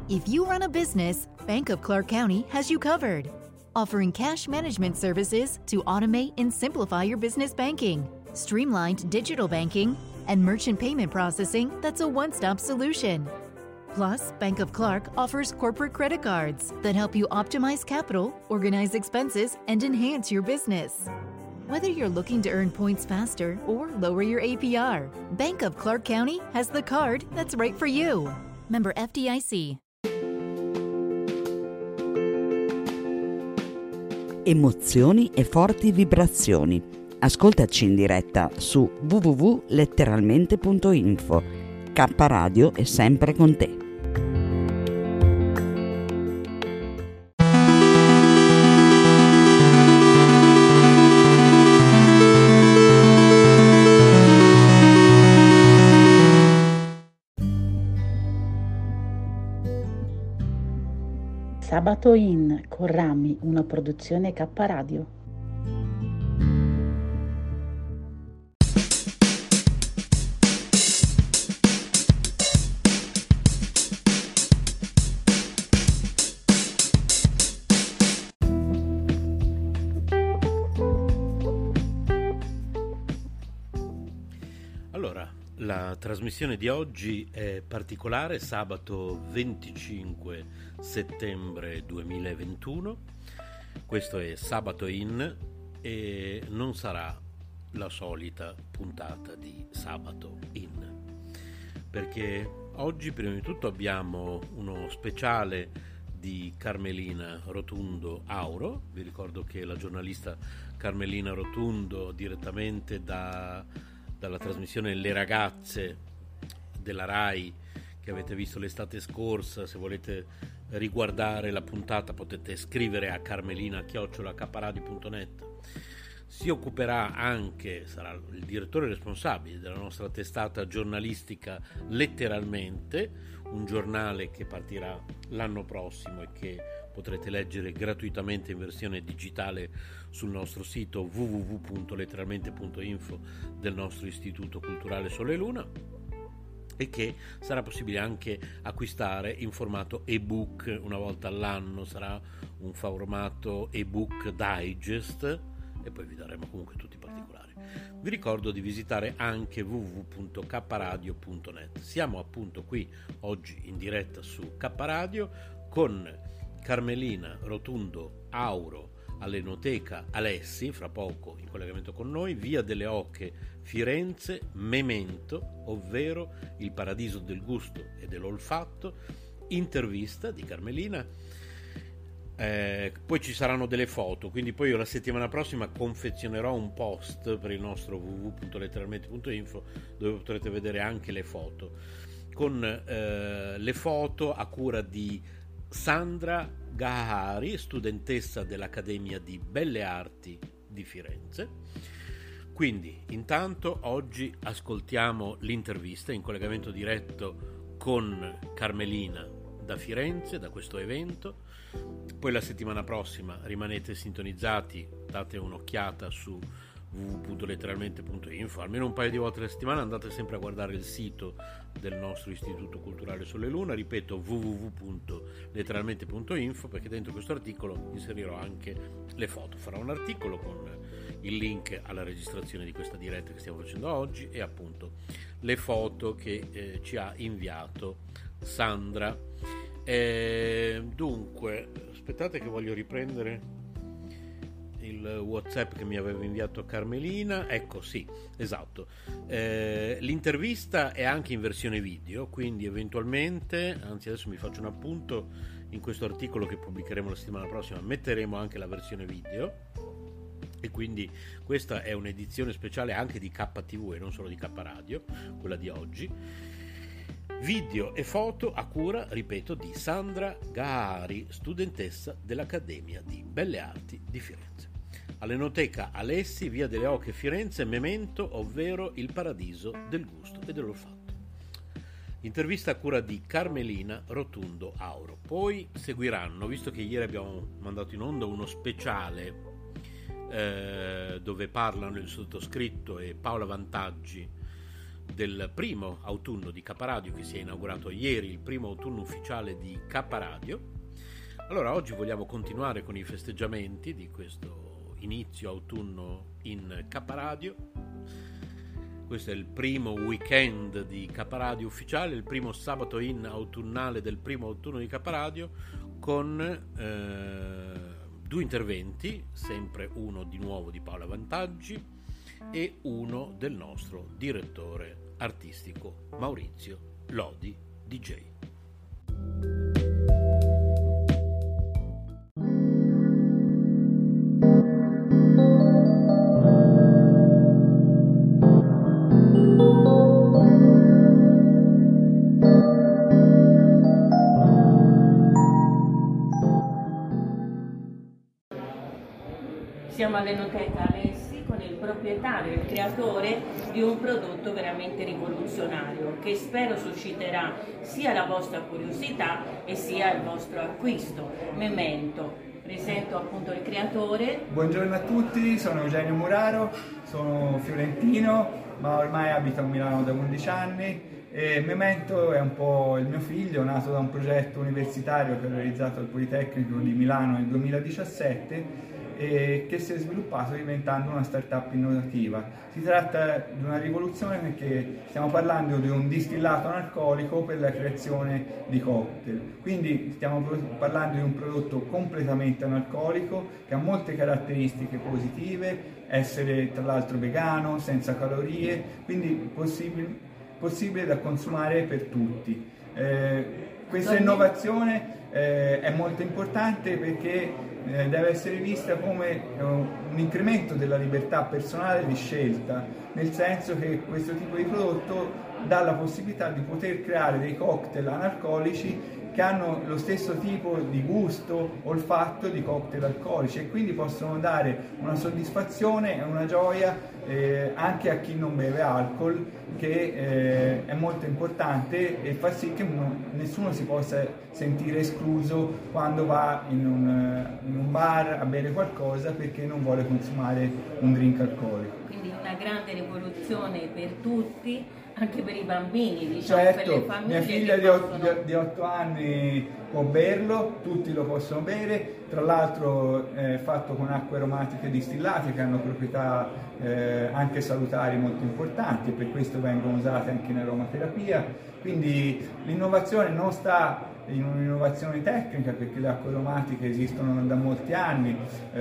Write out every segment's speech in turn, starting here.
If you run a business, Bank of Clark County has you covered. Offering cash management services to automate and simplify your business banking, streamlined digital banking, and merchant payment processing that's a one-stop solution. Plus, Bank of Clark offers corporate credit cards that help you optimize capital, organize expenses, and enhance your business. Whether you're looking to earn points faster or lower your APR, Bank of Clark County has the card that's right for you. Member FDIC. Emozioni e forti vibrazioni. Ascoltaci in diretta su www.letteralmente.info. K Radio è sempre con te. Sabato in con Rami, una produzione K Radio. Allora, la trasmissione di oggi è particolare, sabato 25 settembre 2021. Questo è Sabato In e non sarà la solita puntata di Sabato In, perché oggi prima di tutto abbiamo uno speciale di Carmelina Rotundo Auro. Vi ricordo che la giornalista Carmelina Rotundo, direttamente dalla trasmissione Le Ragazze della Rai, che avete visto l'estate scorsa, se volete riguardare la puntata potete scrivere a carmelina@capradio.net. Si occuperà anche, sarà il direttore responsabile della nostra testata giornalistica Letteralmente, un giornale che partirà l'anno prossimo e che potrete leggere gratuitamente in versione digitale sul nostro sito www.letteralmente.info del nostro Istituto Culturale Sole e Luna, e che sarà possibile anche acquistare in formato ebook una volta all'anno. Sarà un formato ebook digest e poi vi daremo comunque tutti i particolari. Vi ricordo di visitare anche www.kradio.net. Siamo appunto qui oggi in diretta su K Radio con Carmelina Rotundo Auro all'Enoteca Alessi, fra poco in collegamento con noi, via delle Oche, Firenze, Memento, ovvero il paradiso del gusto e dell'olfatto. Intervista di Carmelina, poi ci saranno delle foto, quindi poi io la settimana prossima confezionerò un post per il nostro www.letteralmente.info dove potrete vedere anche le foto, con le foto a cura di Sandra Gahari, studentessa dell'Accademia di Belle Arti di Firenze. Quindi intanto oggi ascoltiamo l'intervista in collegamento diretto con Carmelina da Firenze, da questo evento. Poi la settimana prossima rimanete sintonizzati, date un'occhiata su www.letteralmente.info, almeno un paio di volte alla settimana andate sempre a guardare il sito del nostro Istituto Culturale Sole e Luna, ripeto www.letteralmente.info, perché dentro questo articolo inserirò anche le foto. Farò un articolo con il link alla registrazione di questa diretta che stiamo facendo oggi e appunto le foto che ci ha inviato Sandra. Dunque, aspettate che voglio riprendere il WhatsApp che mi aveva inviato Carmelina. Ecco, sì, esatto. L'intervista è anche in versione video, quindi eventualmente, anzi adesso mi faccio un appunto, in questo articolo che pubblicheremo la settimana prossima metteremo anche la versione video, e quindi questa è un'edizione speciale anche di KTV e non solo di K Radio, quella di oggi. Video e foto a cura, ripeto, di Sandra Gahari, studentessa dell'Accademia di Belle Arti di Firenze. All'Enoteca Alessi, via delle Oche, Firenze, Memento, ovvero il paradiso del gusto e dell'olfatto. Intervista a cura di Carmelina Rotundo Auro. Poi seguiranno, visto che ieri abbiamo mandato in onda uno speciale dove parlano il sottoscritto e Paola Vantaggi del primo autunno di K-Radio che si è inaugurato ieri, il primo autunno ufficiale di K-Radio. Allora, oggi vogliamo continuare con i festeggiamenti di questo inizio autunno in K-Radio. Questo è il primo weekend di K-Radio ufficiale, il primo sabato in autunnale del primo autunno di K-Radio, con due interventi, sempre uno di nuovo di Paola Vantaggi e uno del nostro direttore artistico Maurizio Lodi DJ. Siamo all'Enoteca Alessi con il proprietario e il creatore di un prodotto veramente rivoluzionario che spero susciterà sia la vostra curiosità e sia il vostro acquisto. Memento. Presento appunto il creatore. Buongiorno a tutti, sono Eugenio Muraro, sono fiorentino ma ormai abito a Milano da 11 anni e Memento è un po' il mio figlio, nato da un progetto universitario che ho realizzato al Politecnico di Milano nel 2017 e che si è sviluppato diventando una startup innovativa. Si tratta di una rivoluzione perché stiamo parlando di un distillato analcolico per la creazione di cocktail, quindi stiamo parlando di un prodotto completamente analcolico che ha molte caratteristiche positive, essere tra l'altro vegano, senza calorie, quindi possibile da consumare per tutti. Questa innovazione è molto importante perché deve essere vista come un incremento della libertà personale di scelta, nel senso che questo tipo di prodotto dà la possibilità di poter creare dei cocktail analcolici che hanno lo stesso tipo di gusto, olfatto di cocktail alcolici e quindi possono dare una soddisfazione e una gioia anche a chi non beve alcol, che è molto importante e fa sì che nessuno si possa sentire escluso quando va in un bar a bere qualcosa perché non vuole consumare un drink alcolico. Quindi una grande rivoluzione per tutti, anche per i bambini, diciamo, certo, per le famiglie. Mia figlia di 8 anni può berlo, tutti lo possono bere, tra l'altro fatto con acque aromatiche distillate che hanno proprietà anche salutari molto importanti e per questo vengono usate anche in aromaterapia, quindi l'innovazione non sta in un'innovazione tecnica perché le acque aromatiche esistono da molti anni,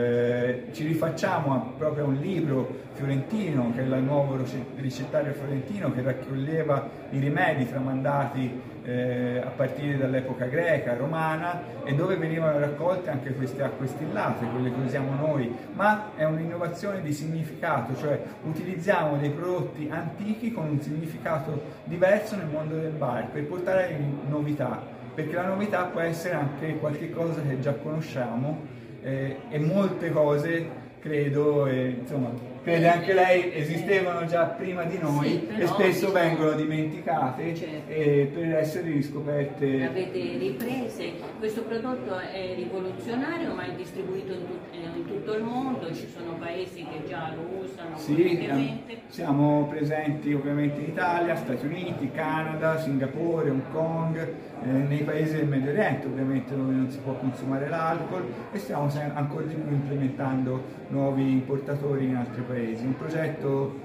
ci rifacciamo proprio a un libro fiorentino che è il nuovo ricettario fiorentino che raccoglieva i rimedi tramandati a partire dall'epoca greca, romana e dove venivano raccolte anche queste acque stillate, quelle che usiamo noi, ma è un'innovazione di significato, cioè utilizziamo dei prodotti antichi con un significato diverso nel mondo del bar per portare novità, perché la novità può essere anche qualche cosa che già conosciamo e molte cose credo, insomma, crede anche lei, esistevano già prima di noi, sì, però, e spesso vengono dimenticate, certo, per essere riscoperte. Avete riprese, questo prodotto è rivoluzionario ma è distribuito in tutto il mondo, ci sono paesi che già lo usano. Sì, siamo presenti ovviamente in Italia, Stati Uniti, Canada, Singapore, Hong Kong, nei paesi del Medio Oriente ovviamente dove non si può consumare l'alcol e stiamo ancora di più implementando nuovi importatori in altri paesi. Un progetto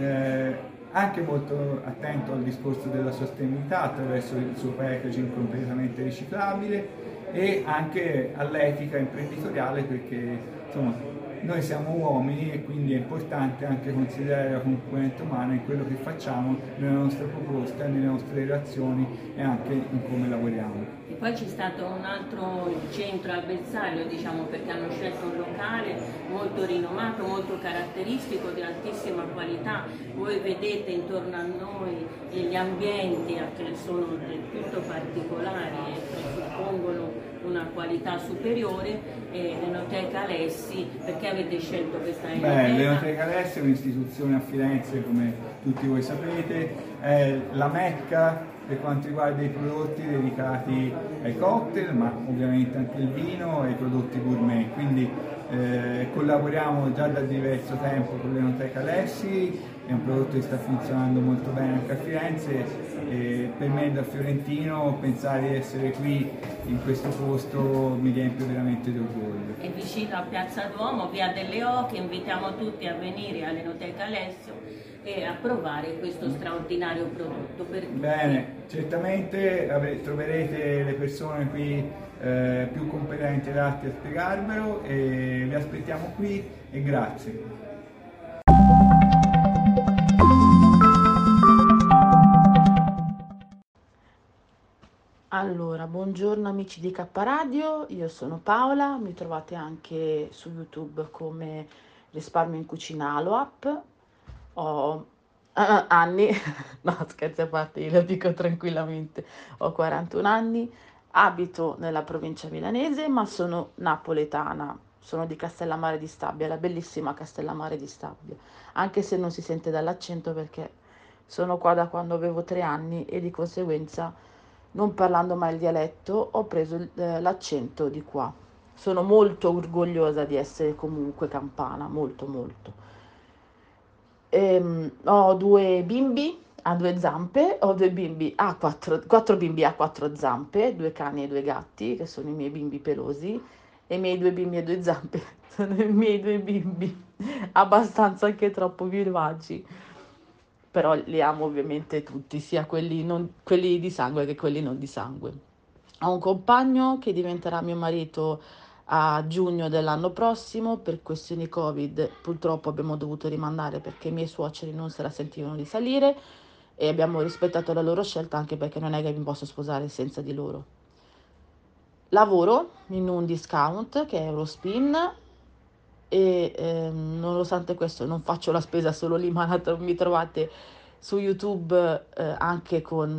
anche molto attento al discorso della sostenibilità attraverso il suo packaging completamente riciclabile e anche all'etica imprenditoriale perché insomma noi siamo uomini e quindi è importante anche considerare la componente umana in quello che facciamo, nella nostra proposta, nelle nostre relazioni e anche in come lavoriamo. E poi c'è stato un altro centro al Bersaglio, diciamo, perché hanno scelto un locale molto rinomato, molto caratteristico, di altissima qualità. Voi vedete intorno a noi gli ambienti che sono del tutto particolari e presuppongono una qualità superiore, l'Enoteca Alessi, perché avete scelto questa enoteca? L'Enoteca Alessi è un'istituzione a Firenze, come tutti voi sapete, è la mecca per quanto riguarda i prodotti dedicati ai cocktail, ma ovviamente anche il vino e i prodotti gourmet, quindi collaboriamo già da diverso tempo con l'Enoteca Lessi, è un prodotto che sta funzionando molto bene anche a Firenze, e per me da fiorentino pensare di essere qui in questo posto mi riempie veramente di orgoglio. È vicino a Piazza Duomo, via delle Oche, invitiamo tutti a venire all'Enoteca Alessio e a provare questo straordinario prodotto. Bene, certamente troverete le persone qui più competenti e adatti a spiegarvelo, e vi aspettiamo qui e grazie. Allora, buongiorno amici di K Radio, io sono Paola, mi trovate anche su YouTube come Risparmio in Cucina Aloap. Ho anni, no scherzi a parte, io lo dico tranquillamente, ho 41 anni, abito nella provincia milanese ma sono napoletana, sono di Castellammare di Stabia, la bellissima Castellammare di Stabia, anche se non si sente dall'accento perché sono qua da quando avevo 3 anni e di conseguenza, non parlando mai il dialetto, ho preso l'accento di qua. Sono molto orgogliosa di essere comunque campana, molto molto. Ho 2 bimbi a 2 zampe, ho 2 bimbi a 4 bimbi a 4 zampe, 2 cani e 2 gatti, che sono i miei bimbi pelosi, e i miei 2 bimbi a 2 zampe sono i miei 2 bimbi, abbastanza anche troppo vivaci. Però li amo ovviamente tutti, sia quelli di sangue che quelli non di sangue. Ho un compagno che diventerà mio marito a giugno dell'anno prossimo. Per questioni Covid purtroppo abbiamo dovuto rimandare perché i miei suoceri non se la sentivano di salire e abbiamo rispettato la loro scelta, anche perché non è che mi posso sposare senza di loro. Lavoro in un discount che è Eurospin e nonostante questo non faccio la spesa solo lì, ma mi trovate su YouTube anche con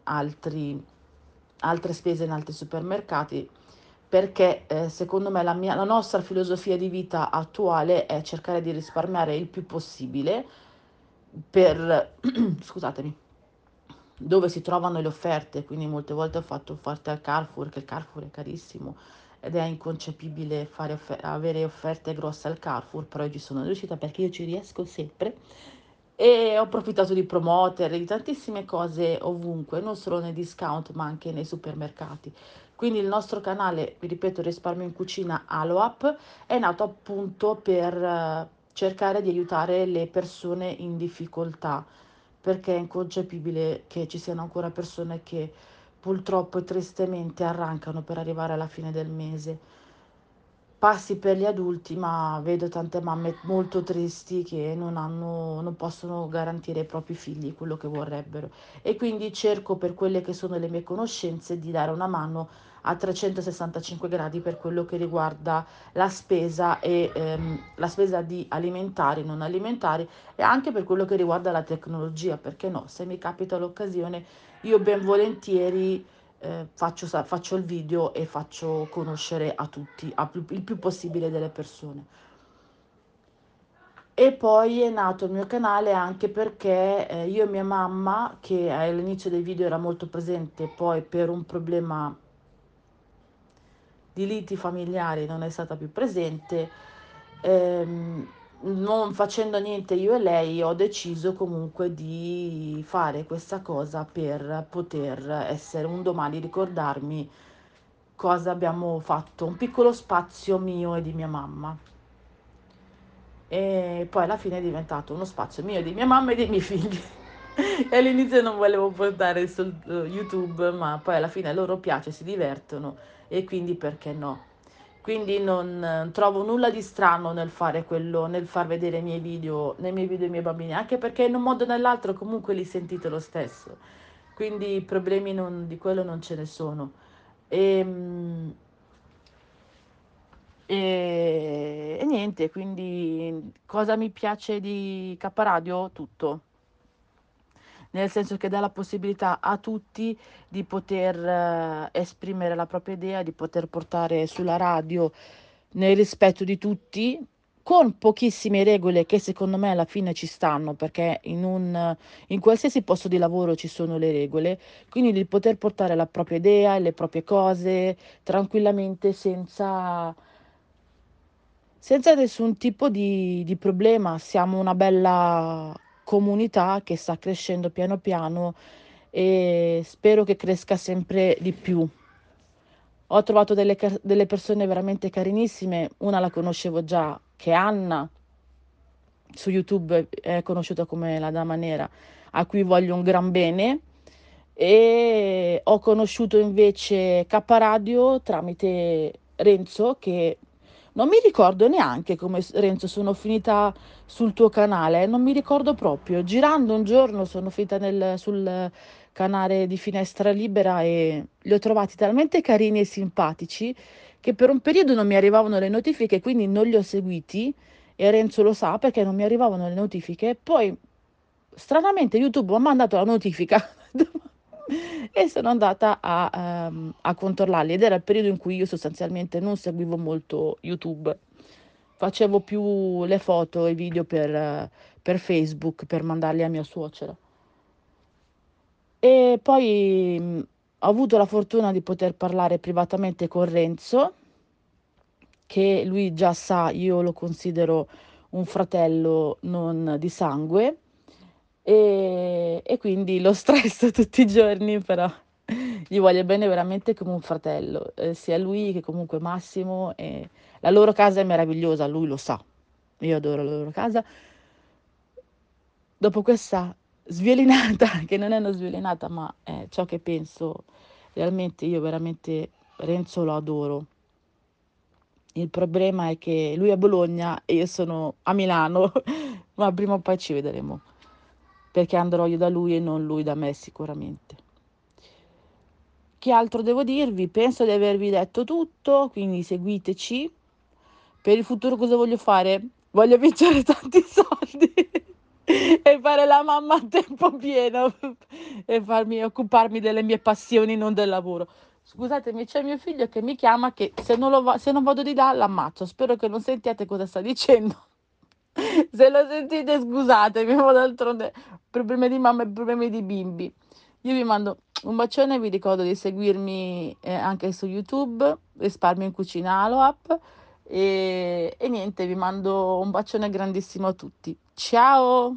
altre spese in altri supermercati, perché secondo me la nostra filosofia di vita attuale è cercare di risparmiare il più possibile per, scusatemi, dove si trovano le offerte, quindi molte volte ho fatto offerte al Carrefour, che il Carrefour è carissimo ed è inconcepibile avere offerte grosse al Carrefour, però io ci sono riuscita perché io ci riesco sempre e ho approfittato di promoter, di tantissime cose ovunque, non solo nei discount ma anche nei supermercati. Quindi il nostro canale, vi ripeto, Risparmio in Cucina Aloap, è nato appunto per cercare di aiutare le persone in difficoltà, perché è inconcepibile che ci siano ancora persone che purtroppo e tristemente arrancano per arrivare alla fine del mese. Passi per gli adulti, ma vedo tante mamme molto tristi che non possono garantire ai propri figli quello che vorrebbero. E quindi cerco, per quelle che sono le mie conoscenze, di dare una mano a 365 gradi per quello che riguarda la spesa e la spesa di alimentari, non alimentari, e anche per quello che riguarda la tecnologia, perché no, se mi capita l'occasione, io ben volentieri faccio il video e faccio conoscere a tutti, il più possibile delle persone. E poi è nato il mio canale anche perché io e mia mamma, che all'inizio dei video era molto presente, poi per un problema di liti familiari non è stata più presente, non facendo niente io e lei, ho deciso comunque di fare questa cosa per poter essere un domani, ricordarmi cosa abbiamo fatto, un piccolo spazio mio e di mia mamma. E poi alla fine è diventato uno spazio mio, di mia mamma e dei miei figli. E all'inizio non volevo portare su YouTube, ma poi alla fine a loro piace, si divertono e quindi perché no? Quindi non trovo nulla di strano nel fare quello, nel far vedere i miei video, nei miei video ai miei bambini, anche perché in un modo o nell'altro comunque li sentite lo stesso. Quindi problemi di quello non ce ne sono. E, e niente, quindi cosa mi piace di K Radio? Tutto, nel senso che dà la possibilità a tutti di poter esprimere la propria idea, di poter portare sulla radio nel rispetto di tutti, con pochissime regole che secondo me alla fine ci stanno, perché in qualsiasi posto di lavoro ci sono le regole, quindi di poter portare la propria idea e le proprie cose tranquillamente senza nessun tipo di problema. Siamo una bella comunità che sta crescendo piano piano e spero che cresca sempre di più. Ho trovato delle persone veramente carinissime, una la conoscevo già, che è Anna, su YouTube è conosciuta come la Dama Nera, a cui voglio un gran bene, e ho conosciuto invece K Radio tramite Renzo, che non mi ricordo neanche come Renzo sono finita sul tuo canale, non mi ricordo proprio. Girando un giorno sono finita sul canale di Finestra Libera e li ho trovati talmente carini e simpatici che per un periodo non mi arrivavano le notifiche, quindi non li ho seguiti e Renzo lo sa perché non mi arrivavano le notifiche. Poi stranamente YouTube mi ha mandato la notifica e sono andata a controllarli ed era il periodo in cui io sostanzialmente non seguivo molto YouTube, facevo più le foto e i video per Facebook per mandarli a mia suocera. E poi ho avuto la fortuna di poter parlare privatamente con Renzo, che lui già sa, io lo considero un fratello non di sangue e quindi lo stresso tutti i giorni, però gli voglio bene veramente come un fratello, sia lui che comunque Massimo. E la loro casa è meravigliosa, lui lo sa, io adoro la loro casa. Dopo questa sviolinata, che non è una sviolinata, ma è ciò che penso, realmente io veramente Renzo lo adoro. Il problema è che lui è a Bologna e io sono a Milano, ma prima o poi ci vedremo, perché andrò io da lui e non lui da me sicuramente. Che altro devo dirvi? Penso di avervi detto tutto, quindi seguiteci. Per il futuro cosa voglio fare? Voglio vincere tanti soldi e fare la mamma a tempo pieno e occuparmi delle mie passioni, non del lavoro. Scusatemi, c'è mio figlio che mi chiama che se non vado di là l'ammazzo. Spero che non sentiate cosa sta dicendo. Se lo sentite scusatemi, ma d'altronde problemi di mamma e problemi di bimbi. Io vi mando un bacione, vi ricordo di seguirmi anche su YouTube, Risparmio in Cucina Aloap e niente, vi mando un bacione grandissimo a tutti. Ciao!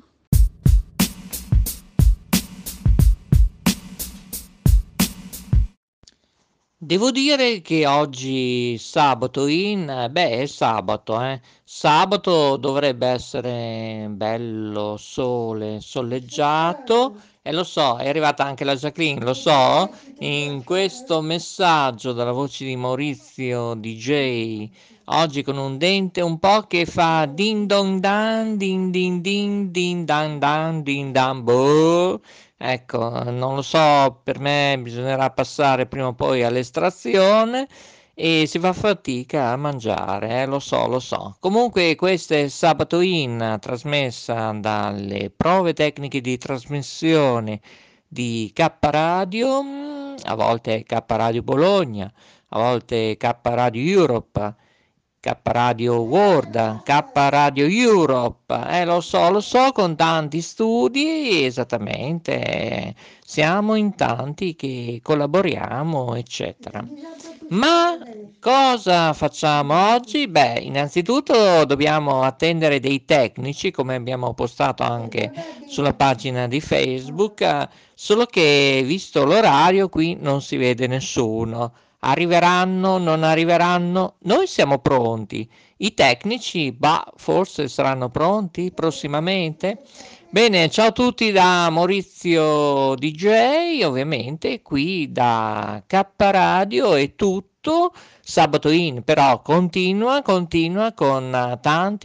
Devo dire che oggi sabato è sabato, eh. Sabato dovrebbe essere bello, sole, soleggiato e lo so, è arrivata anche la Jacqueline, lo so, in questo messaggio dalla voce di Maurizio DJ, oggi con un dente un po' che fa din don dan, din din din, din dan dan, din dan boh. Ecco, non lo so, per me bisognerà passare prima o poi all'estrazione e si fa fatica a mangiare, lo so, lo so. Comunque questo è Sabato In, trasmessa dalle prove tecniche di trasmissione di K Radio, a volte K Radio Bologna, a volte K Radio Europe, K Radio World, K Radio Europe, lo so, con tanti studi, esattamente, siamo in tanti che collaboriamo, eccetera. Ma cosa facciamo oggi? Beh, innanzitutto dobbiamo attendere dei tecnici, come abbiamo postato anche sulla pagina di Facebook, solo che visto l'orario qui non si vede nessuno. Arriveranno, non arriveranno? Noi siamo pronti. I tecnici, forse saranno pronti prossimamente. Bene, ciao a tutti da Maurizio DJ, ovviamente qui da K Radio è tutto. Sabato In però continua con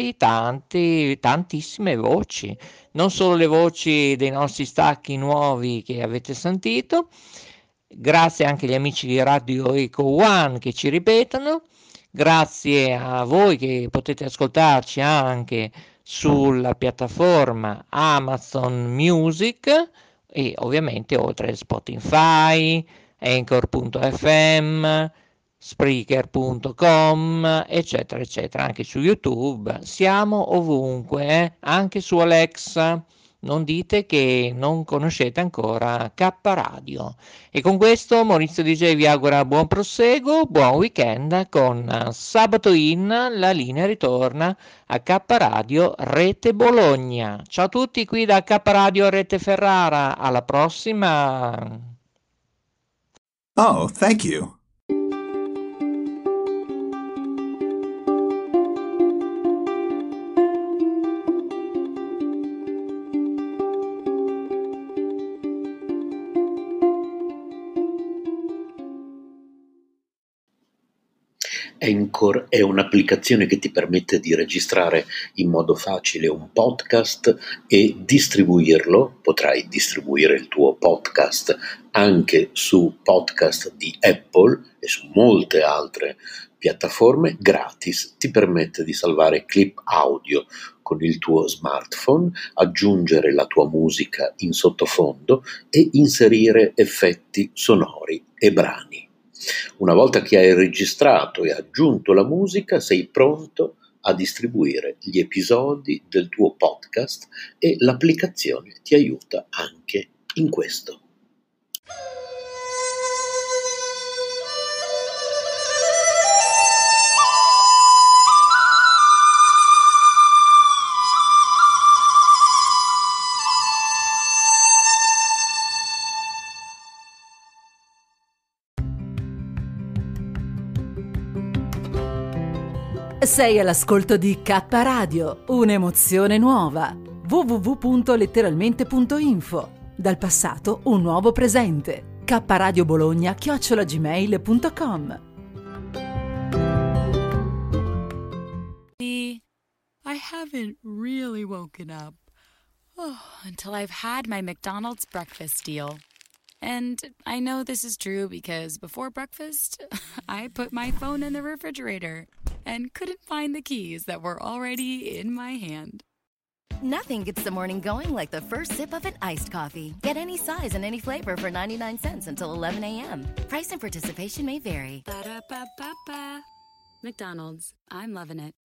tantissime voci, non solo le voci dei nostri stacchi nuovi che avete sentito. Grazie anche agli amici di Radio Eco One che ci ripetono, grazie a voi che potete ascoltarci anche sulla piattaforma Amazon Music e ovviamente oltre Spotify, Anchor.fm, Spreaker.com, eccetera, anche su YouTube, siamo ovunque, anche su Alexa. non dite che non conoscete ancora K Radio. E con questo Maurizio DJ vi augura buon proseguo, buon weekend con Sabato In, la linea ritorna a K Radio Rete Bologna. Ciao a tutti qui da K Radio Rete Ferrara, alla prossima! Oh, thank you. Anchor è un'applicazione che ti permette di registrare in modo facile un podcast e distribuirlo. Potrai distribuire il tuo podcast anche su podcast di Apple e su molte altre piattaforme gratis. Ti permette di salvare clip audio con il tuo smartphone, aggiungere la tua musica in sottofondo e inserire effetti sonori e brani. Una volta che hai registrato e aggiunto la musica, sei pronto a distribuire gli episodi del tuo podcast e l'applicazione ti aiuta anche in questo. Sei all'ascolto di K Radio, un'emozione nuova. www.letteralmente.info. Dal passato un nuovo presente. kradiobologna@gmail.com. I haven't really woken up until I've had my McDonald's breakfast deal. And I know this is true because before breakfast, I put my phone in the refrigerator and couldn't find the keys that were already in my hand. Nothing gets the morning going like the first sip of an iced coffee. Get any size and any flavor for 99 cents until 11 a.m. Price and participation may vary. Ba-da-ba-ba-ba. McDonald's, I'm loving it.